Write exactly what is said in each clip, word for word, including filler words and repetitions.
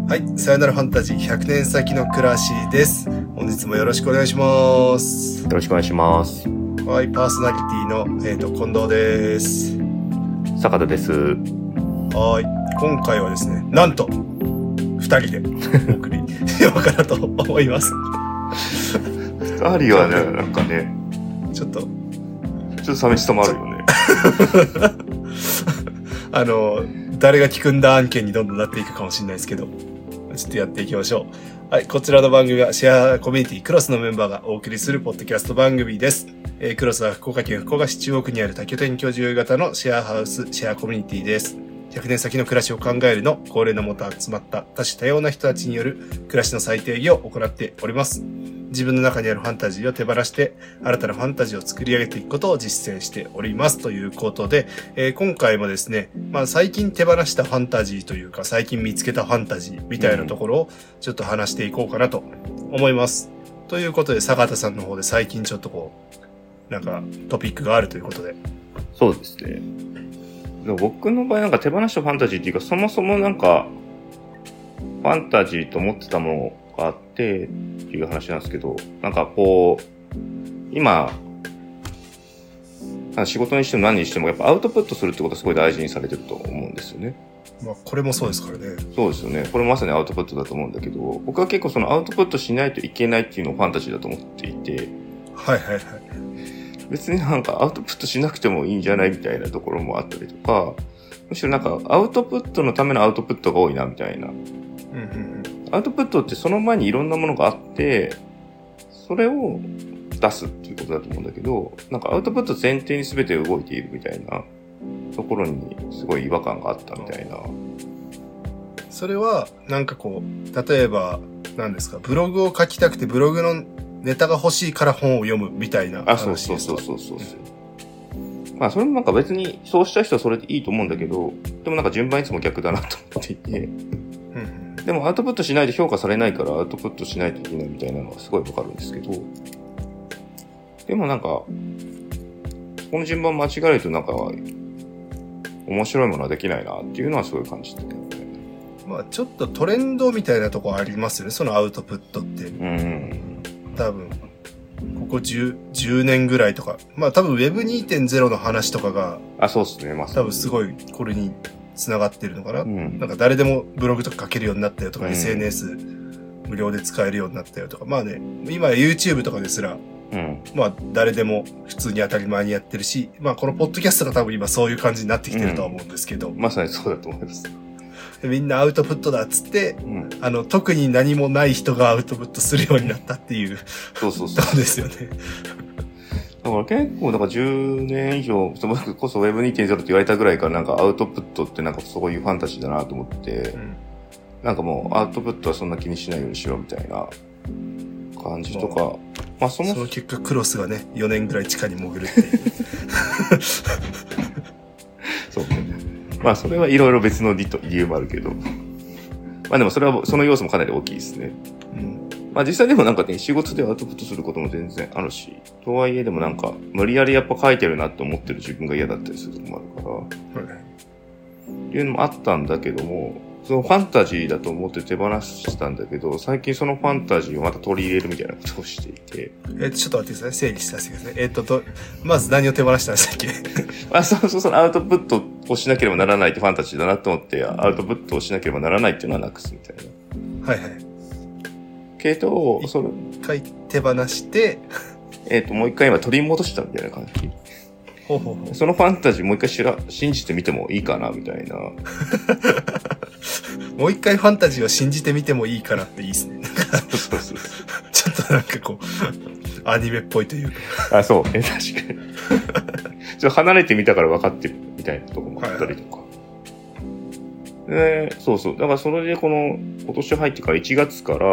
はい、さよならファンタジーひゃくねん先の暮らしです。本日もよろしくお願いします。 よろしくお願いします。 はい、パーソナリティの、えーと、近藤です。 坂田です。 はい、今回はですね、なんとふたりでお送りしようかなと思います。 ふたりはね、なんかね、 ちょっと、 ちょっと寂しさもあるよね。 あの、誰が聞くんだ案件にどんどんなっていくかもしれないですけど、ちょっとやっていきましょう。はい、こちらの番組はシェアコミュニティクロスのメンバーがお送りするポッドキャスト番組です。えー、クロスは福岡県福岡市中央区にある多拠点居住型のシェアハウス、シェアコミュニティです。ひゃくねん先の暮らしを考えるの恒例のもと集まった多種多様な人たちによる暮らしの再定義を行っております。自分の中にあるファンタジーを手放して新たなファンタジーを作り上げていくことを実践しておりますということで、えー、今回もですね、まあ最近手放したファンタジーというか最近見つけたファンタジーみたいなところをちょっと話していこうかなと思います。ということで坂田さんの方で最近ちょっとこうなんかトピックがあるということで。 そうですね。僕の場合なんか手放したファンタジーっていうかそもそもなんかファンタジーと思ってたものがあってっていう話なんですけど、なんかこう今仕事にしても何にしてもやっぱアウトプットするってことはすごい大事にされてると思うんですよね。 まあこれもそうですからね。 そうですよね。これまさにアウトプットだと思うんだけど、僕は結構そのアウトプットしないといけないっていうのをファンタジーだと思っていて、 はいはいはい。 別になんかアウトプットしなくてもいいんじゃないみたいなところもあったりとか、むしろなんかアウトプットのためのアウトプットが多いなみたいな。 うんうんうん、 アウトプットってその前にいろんなものがあって、それを出すっていうことだと思うんだけど、なんかアウトプット前提に全て動いているみたいなところにすごい違和感があったみたいな。 それはなんかこう、例えば何ですか、ブログを書きたくてブログのネタが欲しいから本を読むみたいな話ですか？ あ、そうそうそうそうそう。まあそれもなんか別にそうした人はそれでいいと思うんだけど、でもなんか順番いつも逆だなと思っていて、うん、でもアウトプットしないと評価されないからアウトプットしないといけないみたいなのはすごいわかるんですけど、でもなんかこの順番間違えるとなんか面白いものはできないなっていうのはすごい感じてるけどね。 まあちょっとトレンドみたいなところありますよね、そのアウトプットって。 うん。 多分ここ 10, 10年ぐらいとか、まあ多分 ウェブにてんゼロ の話とかが、 あ、そうですね、まあ、 多分すごいこれに繋がってるのかな、うん、なんか誰でもブログとか書けるようになったよとか、うん、エスエヌエス 無料で使えるようになったよとか、まあね、今 YouTube とかですら、うん、まあ誰でも普通に当たり前にやってるし、まあこのポッドキャストが多分今そういう感じになってきてるとは思うんですけど、 うん、まさにそうだと思います。 みんなアウトプットだっつって、うん、あの特に何もない人がアウトプットするようになったっていう、 そうそうそうそうですよね。 だから結構だからじゅうねん以上、僕こそ ウェブにてんゼロ って言われたぐらいからなんかアウトプットってなんかそういうファンタジーだなと思って、うん、なんかもうアウトプットはそんな気にしないようにしろみたいな感じとか、まあ、 まあそのその結果クロスがねよねんぐらい地下に潜るっていうそうね。まあそれはいろいろ別の理由もあるけど、まあでもそれはその要素もかなり大きいですね。うん、まあ実際でもなんかね仕事でアウトプットすることも全然あるし、とはいえでもなんか無理やりやっぱ書いてるなって思ってる自分が嫌だったりすることもあるから、はい、っていうのもあったんだけども、そのファンタジーだと思って手放したんだけど、最近そのファンタジーをまた取り入れるみたいなことをしていて。 えっと、ちょっと待ってください。整理させてください。えっと、と、まず何を手放したんでしたっけ？ あ、そうそうそう、アウトプットをしなければならないってファンタジーだなと思って、アウトプットをしなければならないっていうのはなくすみたいな。はいはい。 けど、 それ。一回手放して、 えっと、もう一回今取り戻したみたいな感じ。 ほうほうほう。 そのファンタジーもう一回しら信じてみてもいいかなみたいな。 もう一回ファンタジーを信じてみてもいいかなっていいですね。 そうそうそう。 ちょっとなんかこう、アニメっぽいというか。あ、そう。え、確かに。ちょっと離れてみたから分かってるみたいなとこもあったりとか。はいはい、で、そうそう。だからそれでこの、今年入ってからいちがつから、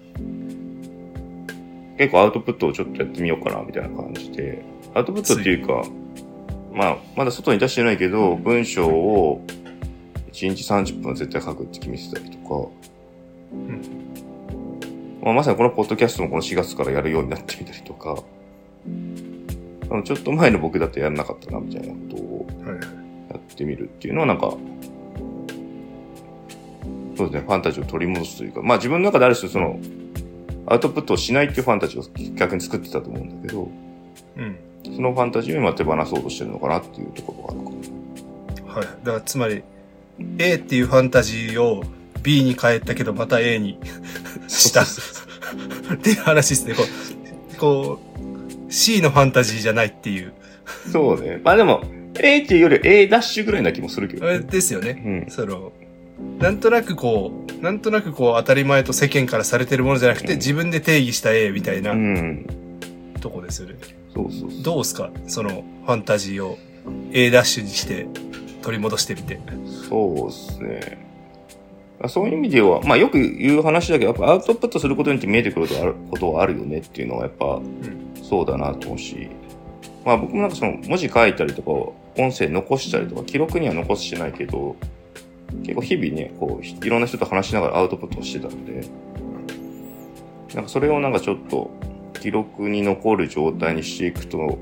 結構アウトプットをちょっとやってみようかなみたいな感じで。アウトプットっていうか、まあ、まだ外に出してないけど、文章をいちにちさんじゅっぷんは絶対書くって決めてたりとか、うんまあ、まさにこのポッドキャストもこのしがつからやるようになってみたりとか、あのちょっと前の僕だとやらなかったなみたいなことをやってみるっていうのはなんか、 そうですね、ファンタジーを取り戻すというか、まあ自分の中である種その、アウトプットをしないっていうファンタジーを逆に作ってたと思うんだけど、 うん。 そのファンタジーを今手放そうとしてるのかなっていうところがあるかも。 はい。だからつまり、A っていうファンタジーを B に変えたけど、また A にした。っていう話ですね。こう、こう、C のファンタジーじゃないっていう。 そうね。まあでも、A っていうより A ダッシュぐらいな気もするけど、 ね。ですよね。 うん。 その、なんとなくこう、なんとなくこう当たり前と世間からされてるものじゃなくて、うん、自分で定義した A みたいな、うん、とこですよね。 そうそうそう。 どうすかそのファンタジーを A ダッシュにして取り戻してみて。 そうですね。そういう意味では、まあよく言う話だけど、やっぱアウトプットすることによって見えてくることはあるよねっていうのはやっぱ、そうだなと思うし、まあ僕もなんかその文字書いたりとか、音声残したりとか、記録には残してないけど、結構日々ね、こう、いろんな人と話しながらアウトプットをしてたので、なんかそれをなんかちょっと記録に残る状態にしていくと、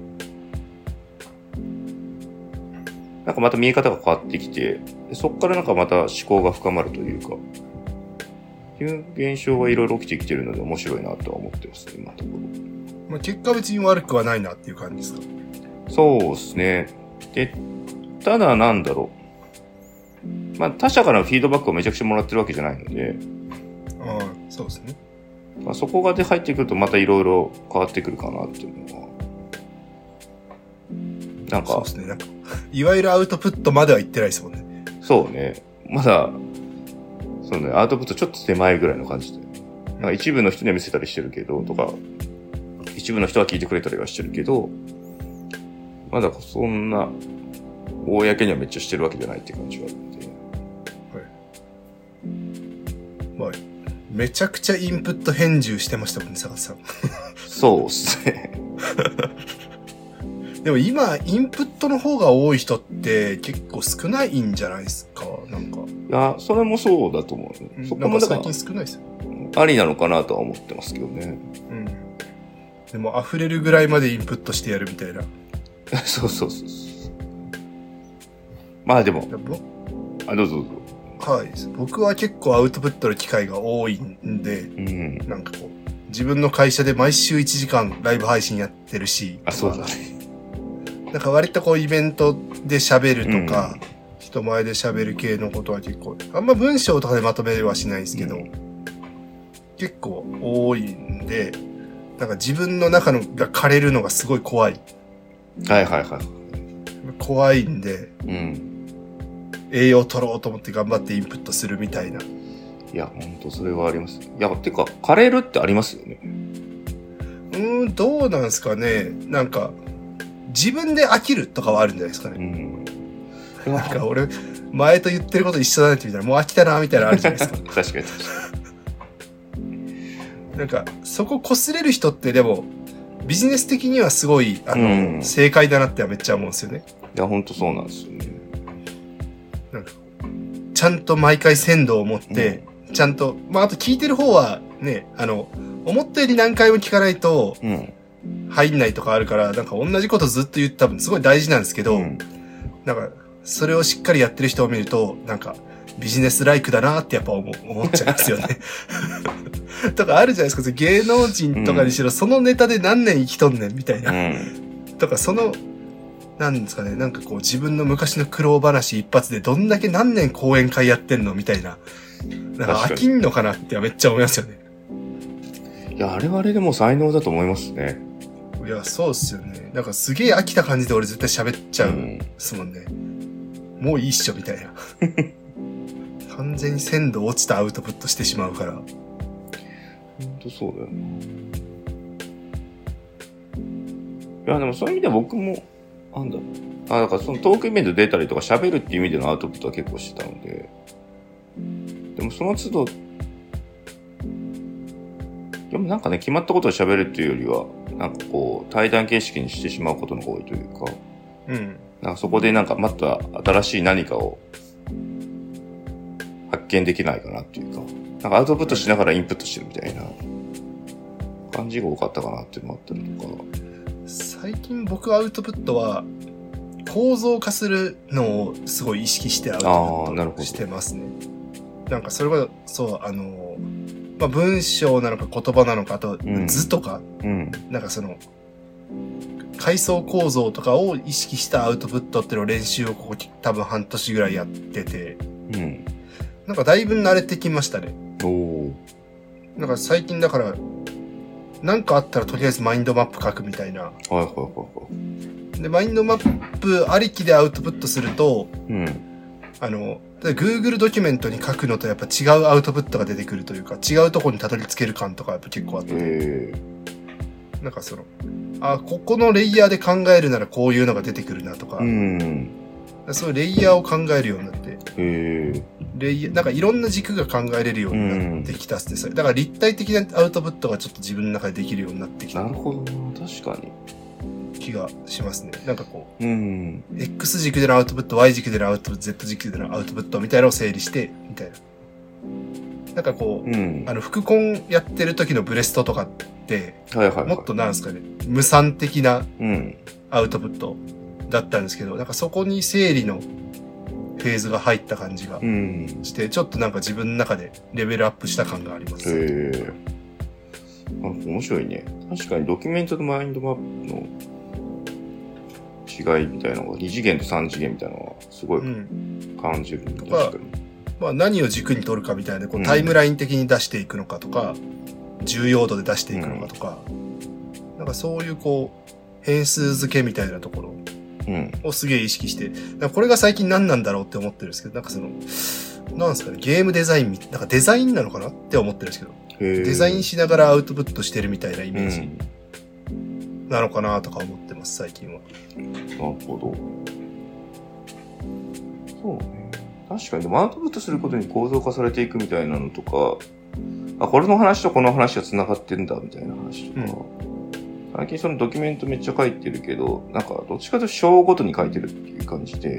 なんかまた見え方が変わってきて、そこからなんかまた思考が深まるというか、いう現象はいろいろ起きてきてるので面白いなとは思ってますね、今のところ。 まあ、結果別に悪くはないなっていう感じですか？ そうですね。で、ただなんだろう。まあ他者からのフィードバックをめちゃくちゃもらってるわけじゃないので。 ああ、そうですね。 まあ、そこがで入ってくるとまたいろいろ変わってくるかなっていうのは。なんか。 そうですね。なんか、いわゆるアウトプットまでは言ってないですもんね。 そうね。まだ、そうね、アウトプットちょっと手前ぐらいの感じで。なんか一部の人には見せたりしてるけど、とか、一部の人は聞いてくれたりはしてるけど、まだそんな、公にはめっちゃしてるわけじゃないっていう感じはあるんで。 はい。まあ、めちゃくちゃインプット返事してましたもんね、坂田さん。 そうっすね。 でも今、インプットの方が多い人って結構少ないんじゃないですか、なんか。 いや、それもそうだと思う、ね。そこもだから最近少ないですよ。 ありなのかなとは思ってますけどね。 うん。でも溢れるぐらいまでインプットしてやるみたいな。 そうそうそう。まあでも。あ、どうぞどうぞ。 はい。僕は結構アウトプットの機会が多いんで、うん、なんかこう、自分の会社で毎週いちじかんライブ配信やってるし、 あ、そうだね。 なんか割とこうイベントで喋るとか、うん、人前で喋る系のことは結構、あんま文章とかでまとめはしないんですけど、うん、結構多いんで、なんか自分の中のが枯れるのがすごい怖い。 はいはいはい。 怖いんで、 うん、 栄養取ろうと思って頑張ってインプットするみたいな。 いや、ほんとそれはあります。いや、てか、枯れるってありますよね。 うーん、どうなんですかね。なんか、自分で飽きるとかはあるんじゃないですかね。うん、なんか俺、前と言ってること一緒だねってみたいな、もう飽きたなみたいなのあるじゃないですか。 確かに確かに。なんか、そこ擦れる人ってでも、ビジネス的にはすごい、あの、うん、正解だなってはめっちゃ思うんですよね。 いや、ほんとそうなんですよね。 なんか、ちゃんと毎回鮮度を持って、うん、ちゃんと、まあ、あと聞いてる方はね、あの、思ったより何回も聞かないと、うん入んないとかあるから、なんか同じことずっと言って多分すごい大事なんですけど、うん、なんか、それをしっかりやってる人を見ると、なんか、ビジネスライクだなってやっぱ思思っちゃいますよね。とかあるじゃないですか、芸能人とかにしろ、うん、そのネタで何年生きとんねんみたいな。うん、とか、その、なんですかね、なんかこう自分の昔の苦労話一発でどんだけ何年講演会やってんのみたいな。なんか飽きんのかなってめっちゃ思いますよね。 いや、あれはあれでも才能だと思いますね。 いや、そうっすよね。なんかすげえ飽きた感じで俺絶対喋っちゃうんですもんね。うん、もういいっしょ、みたいな。完全に鮮度落ちたアウトプットしてしまうから。ほんとそうだよな。いや、でもそういう意味では僕も、なんだろう。あ、だからそのトークイベント出たりとか喋るっていう意味でのアウトプットは結構してたので。でもその都度、でもなんかね、決まったことを喋るっていうよりは、なんかこう、対談形式にしてしまうことの方が多いというか、うん。なんかそこでなんかまた新しい何かを発見できないかなっていうか、なんかアウトプットしながらインプットしてるみたいな感じが多かったかなっていうのもあったりとか。 最近僕アウトプットは構造化するのをすごい意識してアウトプットしてますね。 なんかそれは、そう、あの、まあ、文章なのか言葉なのか、あと図とか、 うん、 なんかその、階層構造とかを意識したアウトプットっていうのを練習をここ多分半年ぐらいやってて、 うん、 なんかだいぶ慣れてきましたね。 おー。 なんか最近だから、なんかあったらとりあえずマインドマップ書くみたいな。 はいはいはいはい。 で、マインドマップありきでアウトプットすると、 うん、 あの、Google ドキュメントに書くのとやっぱ違うアウトプットが出てくるというか、違うところにたどり着ける感とかやっぱ結構あって、 えー、なんかその、あ、ここのレイヤーで考えるならこういうのが出てくるなとか、 うん、 そういうレイヤーを考えるようになって、 えー、 レイヤー、なんかいろんな軸が考えれるようになってきたっすね。だから立体的なアウトプットがちょっと自分の中でできるようになってきた。 なるほどな、確かに。 気がしますね。なんかこう、 うん、 X 軸でのアウトプット、Y 軸でのアウトプット、Z 軸でのアウトプットみたいなのを整理して、みたいな。なんかこう、 うん、 あの、副コンやってる時のブレストとかって、 はいはいはい、 もっとなんですかね、無産的なうん、 アウトプットだったんですけど、なんかそこに整理のフェーズが入った感じがして、うん、ちょっとなんか自分の中でレベルアップした感があります。 へー。あ、面白いね。確かにドキュメントとマインドマップの違いみたいなのがに次元とさん次元みたいなのはすごい感じる、うん、確かに。 まあ何を軸に取るかみたいな、こうタイムライン的に出していくのかとか、うん、重要度で出していくのかとか、うん、なんかそういうこう変数付けみたいなところをすげえ意識して、うん、これが最近何なんだろうって思ってるんですけど、なんかその、なんですかね、ゲームデザインみ、なんかデザインなのかなって思ってるんですけど、デザインしながらアウトプットしてるみたいなイメージなのかなとか思ってます、最近は。 なるほど。そうね。確かに、でもアウトプットすることに構造化されていくみたいなのとか、あ、これの話とこの話が繋がってんだみたいな話とか、うん、最近そのドキュメントめっちゃ書いてるけど、なんかどっちかというと章ごとに書いてるっていう感じで、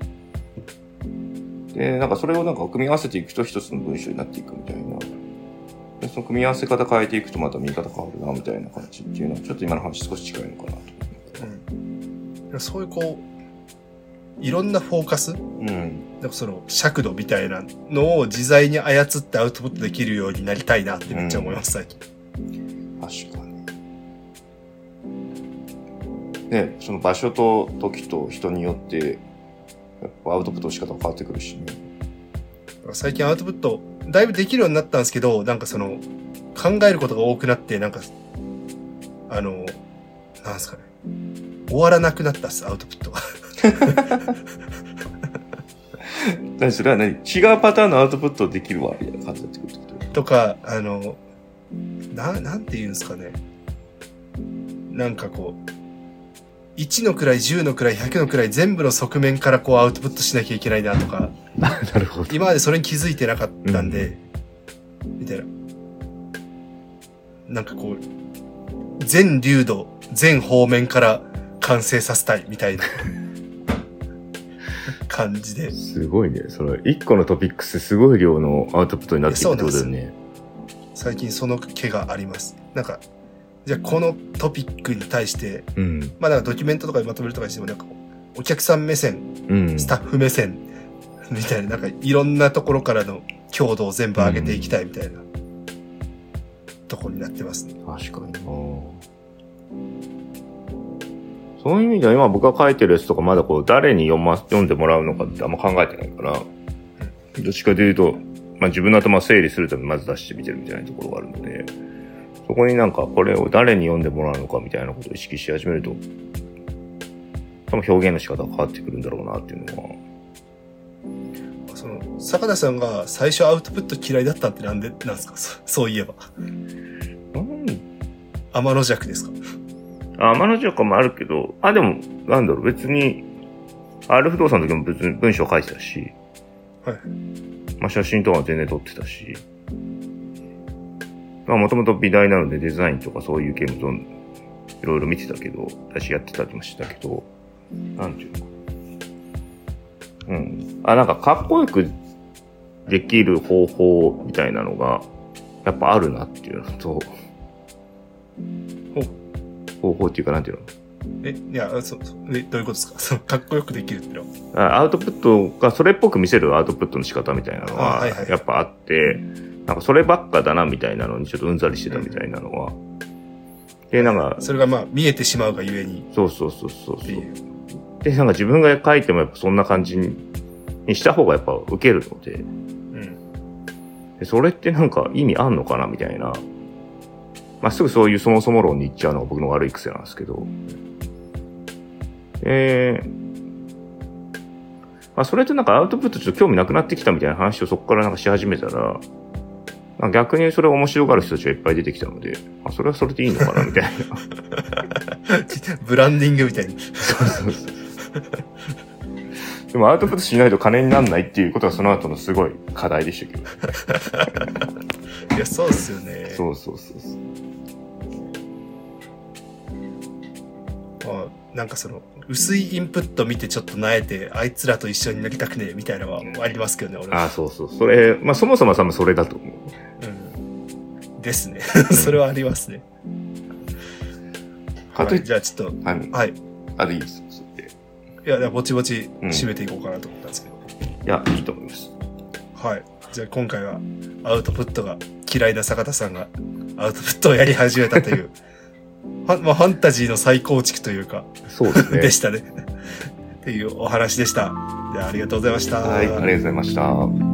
うん、で、なんかそれをなんか組み合わせていくと一つの文章になっていくみたいな。でその組み合わせ方変えていくとまた見方変わるなみたいな感じっていうのはちょっと今の話少し近いのかなと、 うん、そういうこういろんなフォーカス、うん、なんかその尺度みたいなのを自在に操ってアウトプットできるようになりたいなってめっちゃ思います、うん、最近。確かにね、その場所と時と人によってやっぱアウトプットの仕方が変わってくるしね。 最近アウトプットだいぶできるようになったんですけど、なんかその考えることが多くなって、なんかあのなんですかね、終わらなくなったっす、アウトプットが。 何それは何、違うパターンのアウトプットできるわみたいな感じになってくるってこととか、あのななんていうんですかね、なんかこういちの位、じゅうの位、ひゃくの位全部の側面からこうアウトプットしなきゃいけないなとか、 なるほど。 今までそれに気づいてなかったんで、うん、みたいな。なんかこう、全流度、全方面から完成させたいみたいな感じで。 すごいね。そのいっこのトピックスすごい量のアウトプットになっていくってことだよね。 最近その気があります。なんか、じゃあこのトピックに対して、うん、まあなんかドキュメントとかでまとめるとかにしてもなんかお客さん目線、うん、スタッフ目線みたいな、なんかいろんなところからの強度を全部上げていきたいみたいな、うん、ところになってますね。確かにな。 そういう意味では今僕が書いてるやつとかまだこう誰に読ま読んでもらうのかってあんま考えてないから、うん、どっちかというと、まあ自分の頭を整理するためにまず出してみてるみたいなところがあるので。そこになんかこれを誰に読んでもらうのかみたいなことを意識し始めると、多分表現の仕方が変わってくるんだろうなっていうのは。 その坂田さんが最初アウトプット嫌いだったってなんでなんですか？そそういえば。うん。天の弱ですか？ 天の弱もあるけど、あでもなんだろう、別に R 不動産の時も別に文章書いてたし、はい。まあ写真とか全然撮ってたし。まあもともと美大なのでデザインとかそういう系もいろいろ見てたけど、私やってたりもしてたけど、なんていうのか。うん。あ、なんかかっこよくできる方法みたいなのが、やっぱあるなっていうのと、方法っていうかなんていうの、 え、いや、そ、え、どういうことですか？その、かっこよくできるってのは。アウトプットがそれっぽく見せるアウトプットの仕方みたいなのは、やっぱあって、なんかそればっかだなみたいなのにちょっとうんざりしてたみたいなのは。うん、で、なんか。 それがまあ、見えてしまうがゆえに。 そうそうそうそうそう。で、なんか自分が書いてもやっぱそんな感じにした方がやっぱ受けるので。うん。で、それってなんか意味あんのかなみたいな。まあ、すぐそういうそもそも論に行っちゃうのが僕の悪い癖なんですけど。えー、まあ、それってなんかアウトプットちょっと興味なくなってきたみたいな話をそこからなんかし始めたら、逆にそれを面白がる人たちがいっぱい出てきたので、あ、それはそれでいいのかなみたいな。 ブランディングみたいに。 そうそうそう。でもアウトプットしないと金にならないっていうことはその後のすごい課題でしたけど。いや、そうっすよね。 そうそうそうそう。 まあ、なんかその、薄いインプット見てちょっと萎えて、あいつらと一緒になりたくねえみたいなのはありますけどね、俺は。 ああ、そうそう。それ、まあそもそも多分それだと思う。 うん。ですね。それはありますね。 かといはい、じゃあちょっと、 はい。 はい。 あれいいです。 いや、ぼちぼち締めていこうかなと思ったんですけど。 うん、いや、いいと思います。 はい。じゃあ今回はアウトプットが嫌いな坂田さんがアウトプットをやり始めたという、はまあ、ファンタジーの再構築というか、 そうですね。 でしたね。っていうお話でした。ではありがとうございました。 はい、ありがとうございました。